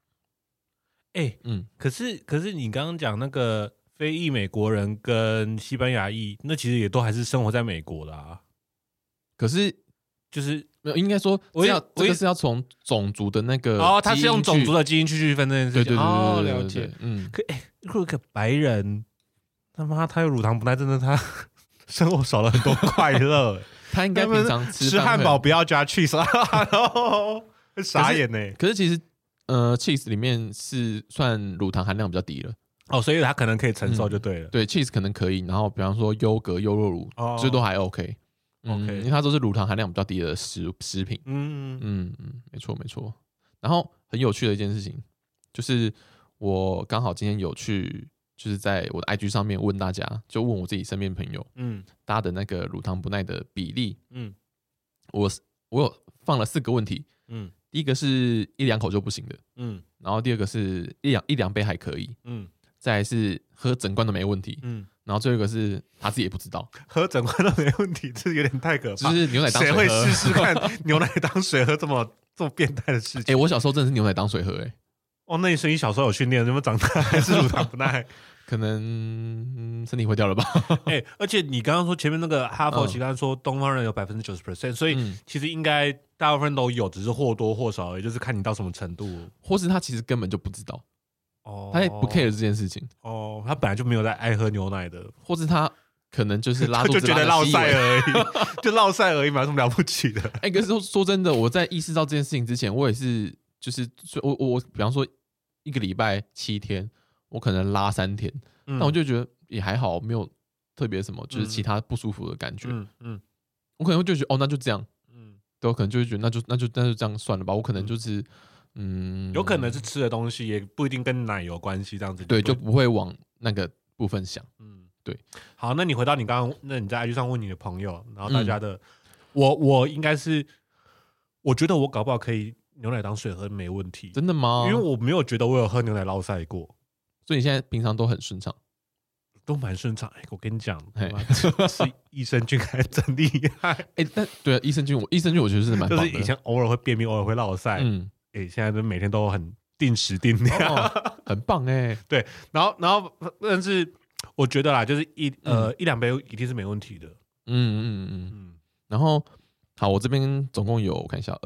可是你刚刚讲那个非裔美国人跟西班牙裔，那其实也都还是生活在美国的啊。 可是就是应该说，这个是要从种族的那个他是用种族的基因去区分这件事情。 对， 了解。如果个白人，他妈他有乳糖不耐，真的他生活少了很多快乐。 他应该平常吃汉堡不要加 cheese， 傻眼呢。 可是其实cheese 里面是算乳糖含量比较低了。 所以他可能可以承受就对了。 对 cheese 可能可以，然后比方说优格、优酪乳，这都还 OK。因为它都是乳糖含量比较低的食品。没错。然后很有趣的一件事情，就是我刚好今天有去，就是在我的 IG 上面问大家，就问我自己身边朋友，大家的那个乳糖不耐的比例。我有放了4个问题。第一个是1-2口就不行的。然后第二个是一两杯还可以。再来是喝整罐都没问题。然后最后一个是他自己也不知道， 喝整罐都没问题，这有点太可怕。 就是牛奶当水喝， 谁会试试看牛奶当水喝这么变态的事情？ 我小时候真的是牛奶当水喝。 那所以你小时候有训练，有没有长大还是乳糖不耐？ 可能身体会掉了吧。 而且你刚刚说前面那个哈佛期刊说东方人有90%，所以其实应该大部分都有，只是或多或少而已，就是看你到什么程度， 或是他其实根本就不知道。他也不 care 这件事情。 他本来就没有在爱喝牛奶的， 或是他可能就是拉肚子就觉得落塞而已，就落塞而已嘛，有什么了不起的？ 可是说真的，我在意识到这件事情之前，我也是，就是我比方说1个礼拜7天，我可能拉3天，但我就觉得也还好，没有特别什么，就是其他不舒服的感觉。我可能就觉得那就这样。对，我可能就会觉得那就这样算了吧。我可能就是。 有可能是吃的东西，也不一定跟奶有关系，这样子。 对，就不会往那个部分想。对。 好，那你回到你刚刚，那你在 IG 上问你的朋友，然后大家的，我应该是，我觉得我搞不好可以牛奶当水喝没问题。 真的吗？ 因为我没有觉得我有喝牛奶落塞过， 所以你现在平常都很顺畅， 都蛮顺畅。我跟你讲，是益生菌还真厉害。 但对啊，益生菌我觉得是蛮棒的。 就是以前偶尔会便秘，偶尔会落塞。现在都每天都很定时定量， 很棒。 对，然后但是我觉得啦，就是1-2杯一定是没问题的。 然后好，我这边总共有我看一下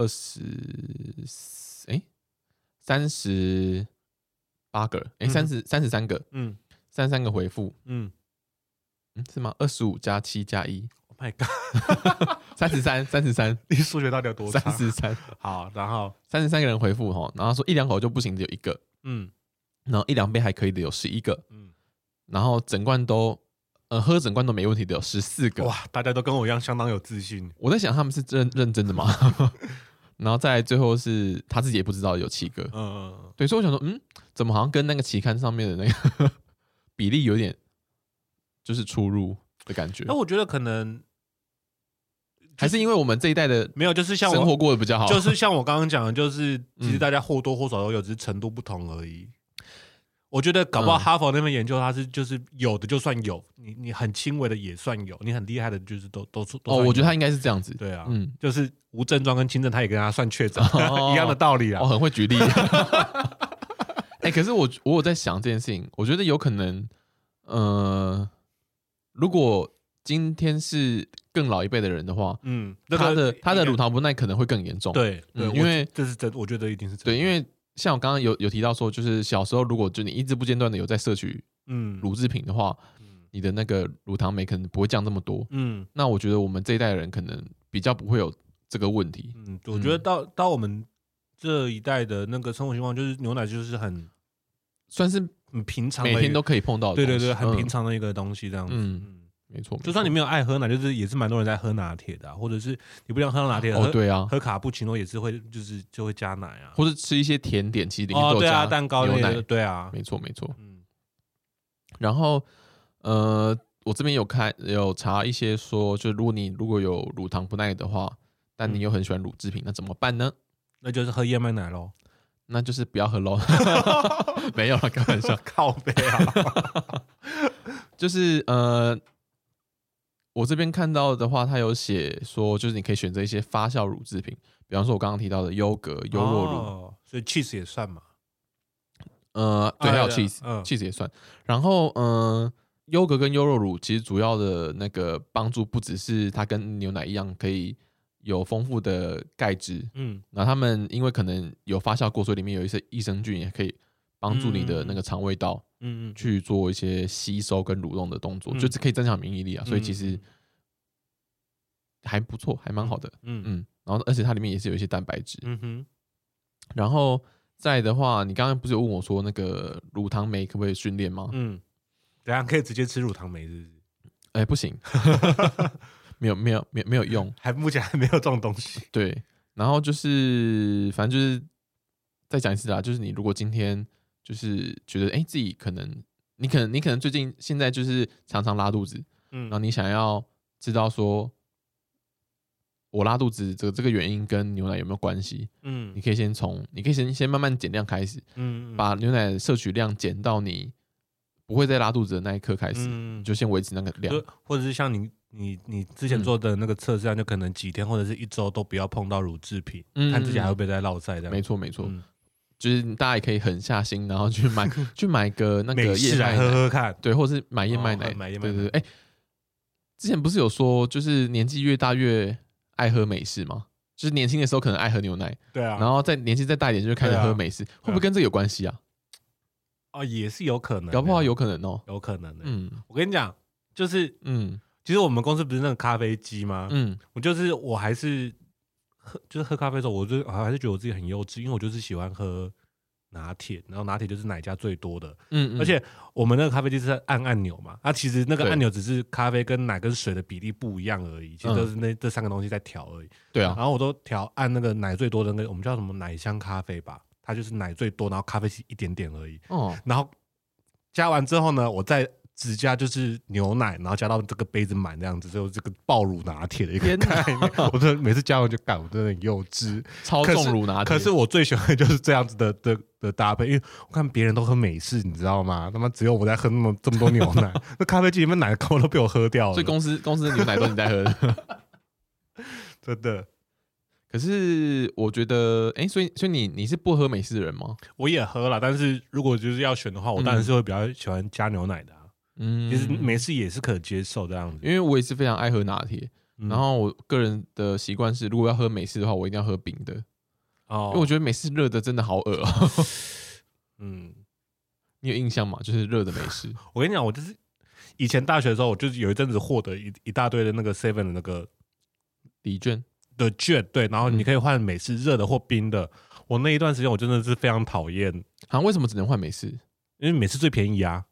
38个，33个，33个回复。是吗？25加7加1。 My God 33， 你数学到底有多差 ？33。 好，然后 33个人回复然后说1-2口就不行的有1个，然后1-2杯还可以的有11个，然后整罐都喝整罐都没问题的有14个。 哇，大家都跟我一样相当有自信。 我在想他们是认真的吗？然后再来最后是他自己也不知道有7个。对，所以我想说，怎么好像跟那个期刊上面的那个比例有点就是出入的感觉。 那我觉得可能。 还是因为我们这一代的没有，就是像生活过得比较好， 就是像我刚刚讲的，就是其实大家或多或少都有，只是程度不同而已。我觉得搞不好哈佛那边研究，它是就是有的就算有，你很轻微的也算有，你很厉害的就是都我觉得他应该是这样子。 对啊，就是无症状跟轻症，他也跟他算确诊一样的道理啊。 很会举例。可是我有在想这件事情，我觉得有可能，如果今天是更老一辈的人的话，他的乳糖不耐可能会更严重。 对， 因为这是真，我觉得一定是真。 对，因为像我刚刚有提到说，就是小时候如果就你一直不间断的有在摄取乳制品的话，你的那个乳糖酶可能不会降这么多。那我觉得我们这一代人可能比较不会有这个问题。 我觉得到我们这一代的那个生活情况，就是牛奶就是很算是很平常， 每天都可以碰到的东西。 对，很平常的一个东西，这样子。 没错， 就算你没有爱喝奶，就是也是蛮多人在喝拿铁的，或者是你不想喝拿铁， 对啊， 喝卡布奇诺也是会就会加奶啊， 或者吃一些甜点，其实里面都有加蛋糕、 牛奶， 对啊， 没错。然后我这边有查一些说，就如果有乳糖不耐的话，但你又很喜欢乳制品，那怎么办呢？ 那就是喝燕麦奶咯， 那就是不要喝咯。没有了，开玩笑， 靠背啊。 就是我这边看到的话，它有写说，就是你可以选择一些发酵乳制品，比方说我刚刚提到的优格、优酪乳， 所以 cheese 也算嘛？ 对，还有 cheese，cheese 也算。然后优格跟优酪乳其实主要的那个帮助不只是它跟牛奶一样可以有丰富的钙质，那他们因为可能有发酵过，所以里面有一些益生菌也可以帮助你的那个肠胃道，去做一些吸收跟蠕动的动作，就是可以增强免疫力啊。所以其实还不错，还蛮好的，然后而且它里面也是有一些蛋白质，然后再的话，你刚刚不是有问我说那个乳糖酶可不可以训练吗？ 等下可以直接吃乳糖酶是不是？ 哎，不行，没有用， 目前还没有这种东西。 对，然后就是反正就是再讲一次啦，就是你如果今天就是觉得自己可能你可能最近现在就是常常拉肚子，然后你想要知道说我拉肚子这个原因跟牛奶有没有关系？你可以先慢慢减量开始，把牛奶的摄取量减到你不会再拉肚子的那一刻开始，就先维持那个量， 或者是像你之前做的那个测试，就可能几天或者是1周都不要碰到乳制品，看自己还会不会再落赛这样。 没错，就是大家也可以狠下心，然后去买个那个燕麦奶喝喝看， 对，或者是买燕麦奶，对，之前不是有说就是年纪越大越爱喝美式吗？就是年轻的时候可能爱喝牛奶， 对啊， 然后年纪再大一点就开始喝美式，会不会跟这有关系啊？ 也是有可能， 搞不好有可能哦， 有可能的。我跟你讲，就是其实我们公司不是那个咖啡机吗？我还是喝咖啡的时候，我还是觉得我自己很幼稚，因为我就是喜欢喝拿铁，然后拿铁就是奶加最多的，而且我们那个咖啡机是按钮嘛，其实那个按钮只是咖啡跟奶跟水的比例不一样而已，其实都是这3个东西在调而已。 对啊， 然后我都按那个奶最多的那个，我们叫什么奶香咖啡吧，它就是奶最多，然后咖啡是一点点而已。然后加完之后呢，我再只加就是牛奶，然后加到这个杯子满这样子，就这个爆乳拿铁的一个概念。我真的每次加完就干，我真的很幼稚， 超重乳拿铁。 可是我最喜欢的就是这样子的搭配，因为我看别人都喝美式，你知道吗？他妈只有我在喝这么多牛奶，那咖啡机里面奶糕都被我喝掉了。 所以公司的牛奶都你在喝的， 真的。 可是我觉得，所以你是不喝美式的人吗？ 我也喝啦，但是如果就是要选的话，我当然是会比较喜欢加牛奶的。其实美式也是可接受这样子， 因为我也是非常爱喝拿铁，然后我个人的习惯是，如果要喝美式的话，我一定要喝冰的，因为我觉得美式热的真的好恶哦。你有印象吗？就是热的美式。 我跟你讲，我就是以前大学的时候，我就是有一阵子获得一大堆的那个 7 的那个礼券的券，对，然后你可以换美式热的或冰的。我那一段时间我真的是非常讨厌， 好像为什么只能换美式？ 因为美式最便宜啊，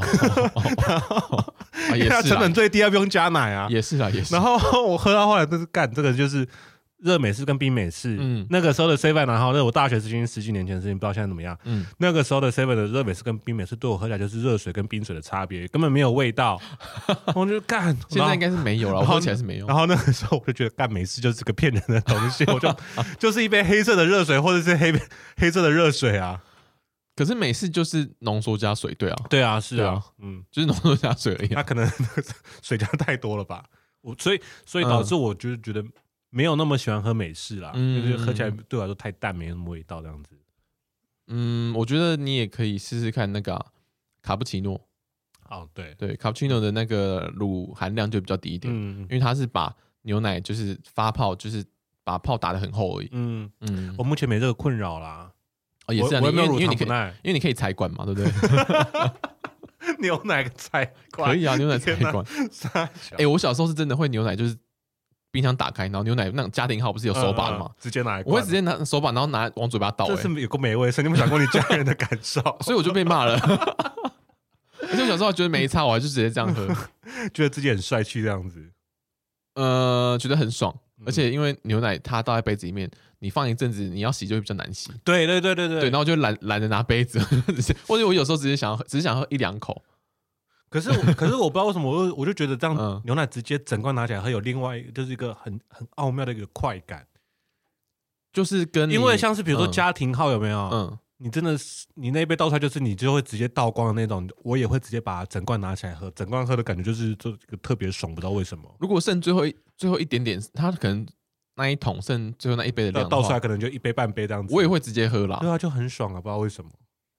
也是成本最低，不用加奶啊， 也是啦，也是。 然后我喝到后来都是干这个就是热美式跟冰美式，那个时候的 7 然后那我大学时间10几年前的事情，不知道现在怎么样。那个时候的 7 的热美式跟冰美式对我喝起来就是热水跟冰水的差别，根本没有味道。我就干， 现在应该是没有了，我喝起来是没有。 然后那个时候我就觉得干美式就是个骗人的东西，我就是一杯黑色的热水或者是黑色的热水啊。 可是美式就是浓缩加水，对啊， 对啊，是啊， 就是浓缩加水而已。 那可能水加太多了吧？所以导致我就是觉得没有那么喜欢喝美式啦，就是喝起来对我来说太淡，没什么味道这样子。 我觉得你也可以试试看那个卡布奇诺。对，卡布奇诺的那个乳含量就比较低一点，因为它是把牛奶就是发泡，就是把泡打得很厚而已。 我目前没这个困扰啦。 也是啊，因为你可以采管嘛，对不对？ 牛奶采管可以啊，牛奶采管。我小时候是真的会牛奶，就是冰箱打开，然后牛奶那种家庭号不是有手把的吗？ 直接拿， 我会直接拿手把，然后往嘴巴倒。 这是有个没卫生，你有没有想过你家人的感受？ 所以我就被骂了。而且我小时候觉得没差，我还就直接这样喝， 觉得自己很帅气这样子。 觉得很爽。而且因为牛奶它倒在杯子里面，你放一阵子，你要洗就会比较难洗。 对， 然后就懒得拿杯子，或者我有时候只是想喝1-2口。 可是我不知道为什么，我就觉得这样牛奶直接整罐拿起来，会有另外就是一个很奥妙的一个快感， 就是因为像是比如说家庭号有没有？ 你真的是你那一杯倒出来就是你就会直接倒光的那种，我也会直接把整罐拿起来喝，整罐喝的感觉就是这个特别爽，不知道为什么。 如果剩最后一点点，它可能那一桶剩最后那一杯的量倒出来可能就一杯半杯这样子， 我也会直接喝啦。 对啊，就很爽啊，不知道为什么。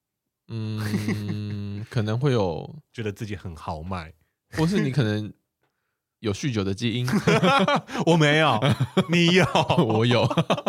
可能会有觉得自己很豪迈， 或是你可能有酗酒的基因。 我没有，你有， 我有。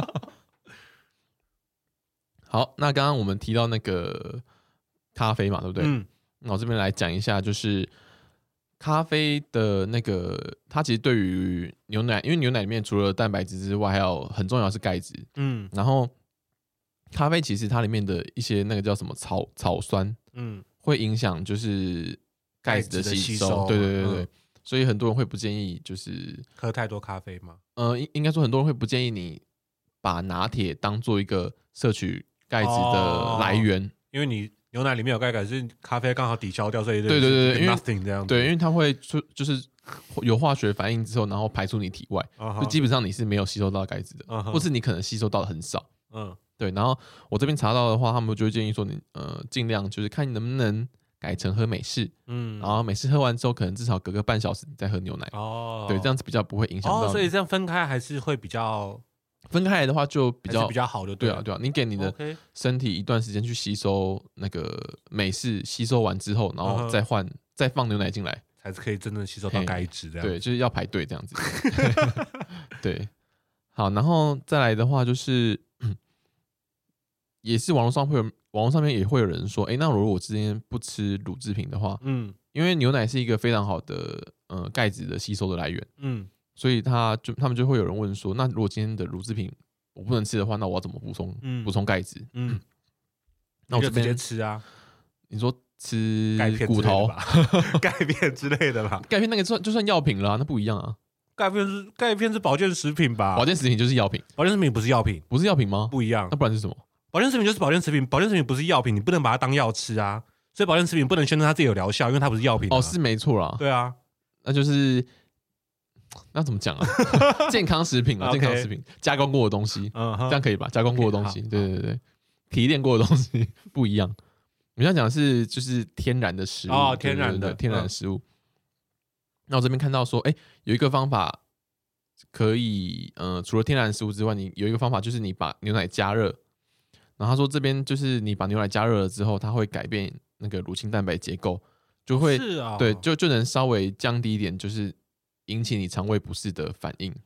好，那刚刚我们提到那个咖啡嘛，对不对？那我这边来讲一下，就是咖啡的那个，它其实对于牛奶，因为牛奶里面除了蛋白质之外，还有很重要的是钙质。然后咖啡其实它里面的一些那个叫什么草酸，会影响就是钙质的吸收。对，所以很多人会不建议就是喝太多咖啡吗？ 应该说很多人会不建议你把拿铁当做一个摄取钙质的来源， 因为你牛奶里面有钙，可是咖啡刚好抵消掉，所以对，因为 nothing 这样子。 对，因为它会就是有化学反应之后，然后排出你体外，就基本上你是没有吸收到钙质的，或是你可能吸收到的很少。对。然后我这边查到的话，他们就会建议说你尽量就是看你能不能改成喝美式，然后美式喝完之后，可能至少隔个半小时你再喝牛奶。对，这样子比较不会影响到。 所以这样分开还是会比较。 分开来的话就比较好的， 对啊，你给你的身体一段时间去吸收那个美式，吸收完之后，然后再放牛奶进来， 才是可以真正吸收到钙质的。 对，就是要排队这样子。对，好，然后再来的话就是，也是网络上面也会有人说，那如果我今天不吃乳制品的话，因为牛奶是一个非常好的钙质的吸收的来源，所以他们就会有人问说，那如果今天的乳制品我不能吃的话，那我要怎么补充钙质？ 那我这边直接吃啊。 你说吃骨头、 钙片之类的吧？ 钙片那个就算药品了，那不一样啊。 钙片是保健食品吧？ 保健食品就是药品， 保健食品不是药品， 不是药品吗？ 不一样， 那不然是什么？ 保健食品就是保健食品，保健食品不是药品，你不能把它当药吃啊。所以保健食品不能宣称它自己有疗效，因为它不是药品。 是没错啦。 对啊， 那就是。那怎么讲啊？健康食品啊，健康食品加工过的东西，这样可以吧？加工过的东西，对，提炼过的东西不一样。我们要讲的是就是天然的食物，天然的食物。那我这边看到说，有一个方法可以，除了天然的食物之外，你有一个方法就是你把牛奶加热。然后他说这边就是你把牛奶加热了之后，它会改变那个乳清蛋白结构，就会对，就能稍微降低一点，就是引起你肠胃不适的反应。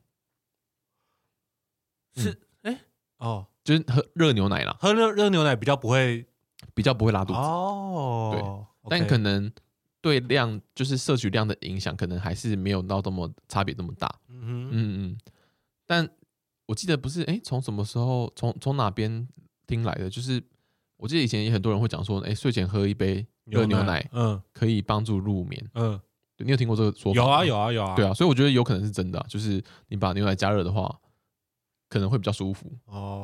是就是喝热牛奶啦， 喝热牛奶比较不会拉肚子对，但可能对量就是摄取量的影响，可能还是没有到差别这么大。但我记得不是从什么时候从哪边听来的，就是我记得以前也很多人会讲说，睡前喝一杯热牛奶，可以帮助入眠。你有听过这个说法？ 有啊。 对啊，所以我觉得有可能是真的，就是你把牛奶加热的话，可能会比较舒服。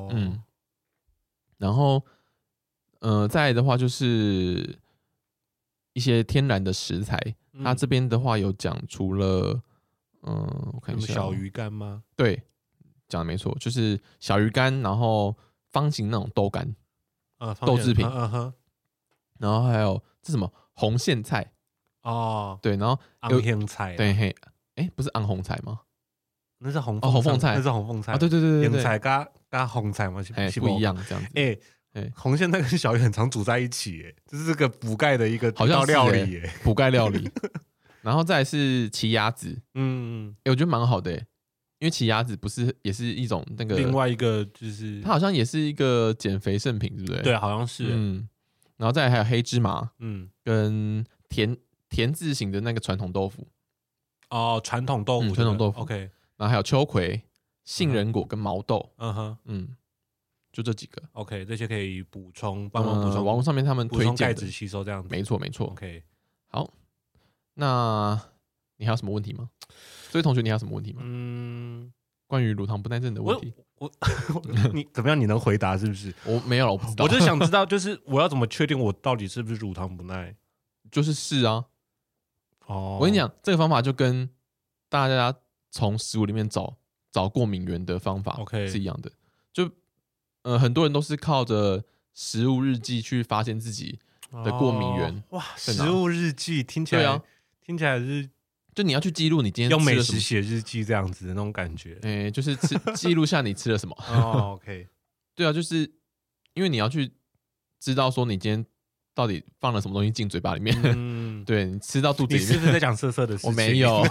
然后再来的话就是一些天然的食材，它这边的话有讲除了我看一下小鱼干吗？ 对，讲的没错，就是小鱼干，然后方形那种豆干，豆制品，然后还有这什么红苋菜对，然后红苋菜， 对，不是红红菜吗？ 那是红凤菜， 那是红凤菜对， 苋菜跟红菜嘛， 不一样这样子。 红苋菜跟小鱼很常煮在一起，这是个补钙的一道料理， 补钙料理。然后再来是奇亚籽，我觉得蛮好的，因为奇亚籽不是也是一种那个另外一个就是它好像也是一个减肥圣品，对不对？ 对，好像是。 然后再来还有黑芝麻，跟田字形的那个传统豆腐。 传统豆腐 ，OK。 然后还有秋葵、杏仁果跟毛豆，就这几个 ，OK， 这些可以帮忙补充。 网络上面他们推荐钙质吸收这样子， 没错 ，OK。 好，那你还有什么问题吗？这位同学，你还有什么问题吗？关于乳糖不耐症的问题， 你怎么样？你能回答是不是？ 我没有了，我不知道。 我就想知道，就是我要怎么确定我到底是不是乳糖不耐？ 就是啊。我跟你讲，这个方法就跟大家从食物里面找过敏源的方法是一样的。就很多人都是靠着食物日记去发现自己的过敏源。 哇，食物日记听起来， 对啊， 听起来是。 就你要去记录你今天用美食写日记这样子的那种感觉， 就是记录下你吃了什么。 OK， 对啊，就是因为你要去知道说你今天到底放了什么东西进嘴巴里面。对，你吃到肚子里面。 你是不是在讲色色的事情？ 我没有。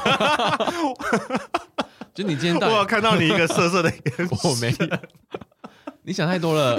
就你今天我有看到你一个色色的眼神。 我没有。你想太多了。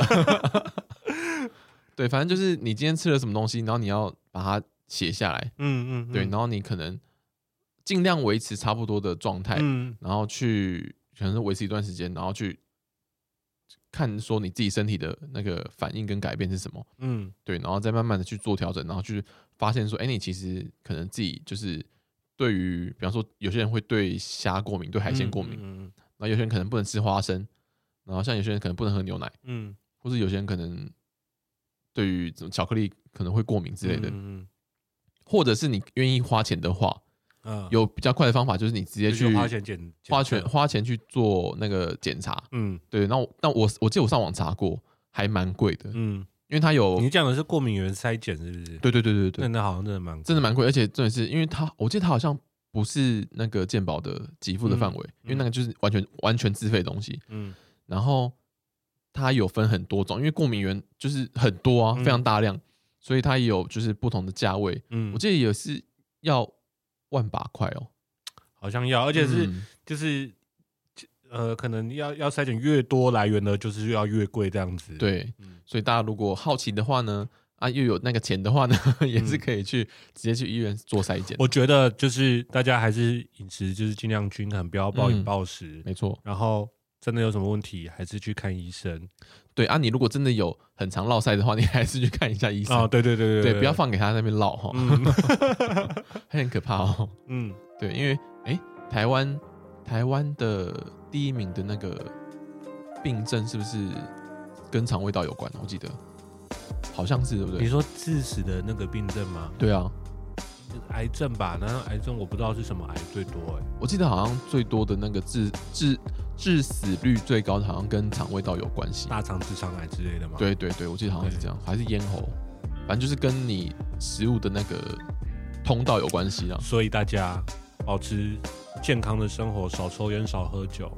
对，反正就是你今天吃了什么东西，然后你要把它写下来。对，然后你可能尽量维持差不多的状态，然后去可能是维持一段时间，然后去看说你自己身体的那个反应跟改变是什么，对，然后再慢慢的去做调整，然后去发现说，你其实可能自己就是对于，比方说有些人会对虾过敏，对海鲜过敏，然后有些人可能不能吃花生，然后像有些人可能不能喝牛奶，或是有些人可能对于巧克力可能会过敏之类的，或者是你愿意花钱的话。有比较快的方法，就是你直接去花钱去做那个检查。对。但我记得我上网查过，还蛮贵的。因为它有你讲的是过敏原筛检是不是？ 对。 那好像真的蛮贵，而且重点是因为我记得它好像不是那个健保的给付的范围，因为那个就是完全自费的东西。然后它有分很多种，因为过敏原就是很多啊，非常大量，所以它也有就是不同的价位。我记得也是要10000把块哦， 好像要，而且是就是可能要筛选越多来源的，就是要越贵这样子。 对，所以大家如果好奇的话呢，又有那个钱的话呢，也是可以直接去医院做筛检。 我觉得就是大家还是饮食就是尽量均衡，不要暴饮暴食。 没错。 然后真的有什么问题，还是去看医生。 对你如果真的有很常落腮的话，你还是去看一下医生。 对， 不要放给他那边落哈，很可怕哦。对，因为台湾的第1名的那个病症是不是跟肠胃道有关？我记得好像是，对不对？ 你说致死的那个病症吗？ 对啊， 癌症吧？那癌症我不知道是什么癌最多我记得好像最多的那个致死率最高的好像跟肠胃道有关系， 大肠直肠癌之类的吗？ 对，我记得好像是这样，还是咽喉，反正就是跟你食物的那个通道有关系啦。 所以大家保持健康的生活，少抽烟，少喝酒。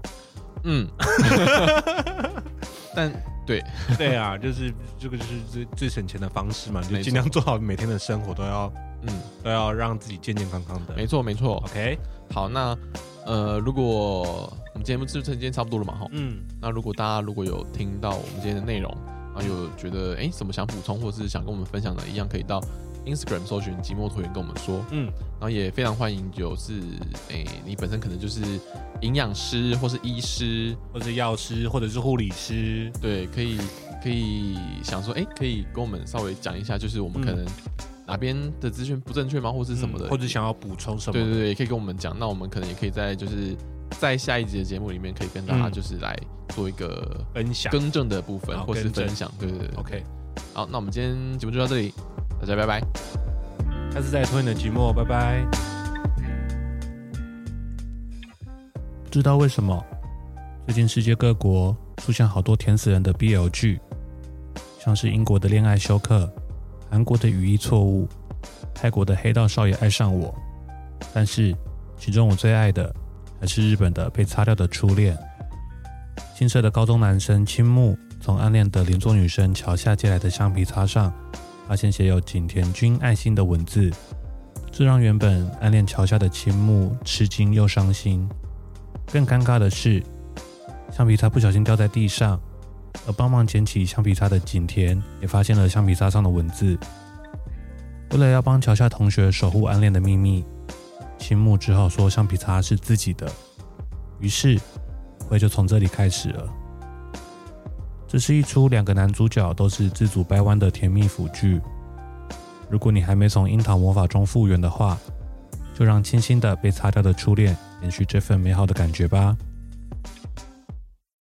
但对啊，就是这个就是最省钱的方式嘛，就尽量做好每天的生活，都要让自己健健康康的。 没错。 OK， 好，那如果我们节目今天差不多了嘛，那如果大家有听到我们今天的内容，有觉得什么想补充，或是想跟我们分享的，一样可以到 Instagram 搜寻寂寞拖延跟我们说。然后也非常欢迎就是你本身可能就是营养师，或是医师， 或是药师，或者是护理师， 对，可以想说可以跟我们稍微讲一下，就是我们可能哪边的资讯不正确吗，或是什么的， 或者想要补充什么？ 对，也可以跟我们讲。那我们可能也可以在下一集的节目里面，可以跟大家就是来做一个分享、 更正的部分，或是分享。对。 OK， 好，那我们今天节目就到这里，大家拜拜。 下次再拖你的寂寞，拜拜。不知道为什么，最近世界各国出现好多甜死人的 BL 剧，像是英国的恋爱休克，韩国的语义错误，泰国的黑道少爷爱上我，但是其中我最爱的还是日本的被擦掉的初恋。新社的高中男生青木从暗恋的邻座女生桥下借来的橡皮擦上发现写有景田君爱心的文字，这让原本暗恋桥下的青木吃惊又伤心。更尴尬的是，橡皮擦不小心掉在地上，而帮忙捡起橡皮擦的景田也发现了橡皮擦上的文字。为了要帮桥下同学守护暗恋的秘密，青木只好说橡皮擦是自己的，于是会就从这里开始了。这是一出2个男主角都是自主掰弯的甜蜜腐剧。如果你还没从樱桃魔法中复原的话，就让清新的被擦掉的初恋延续这份美好的感觉吧。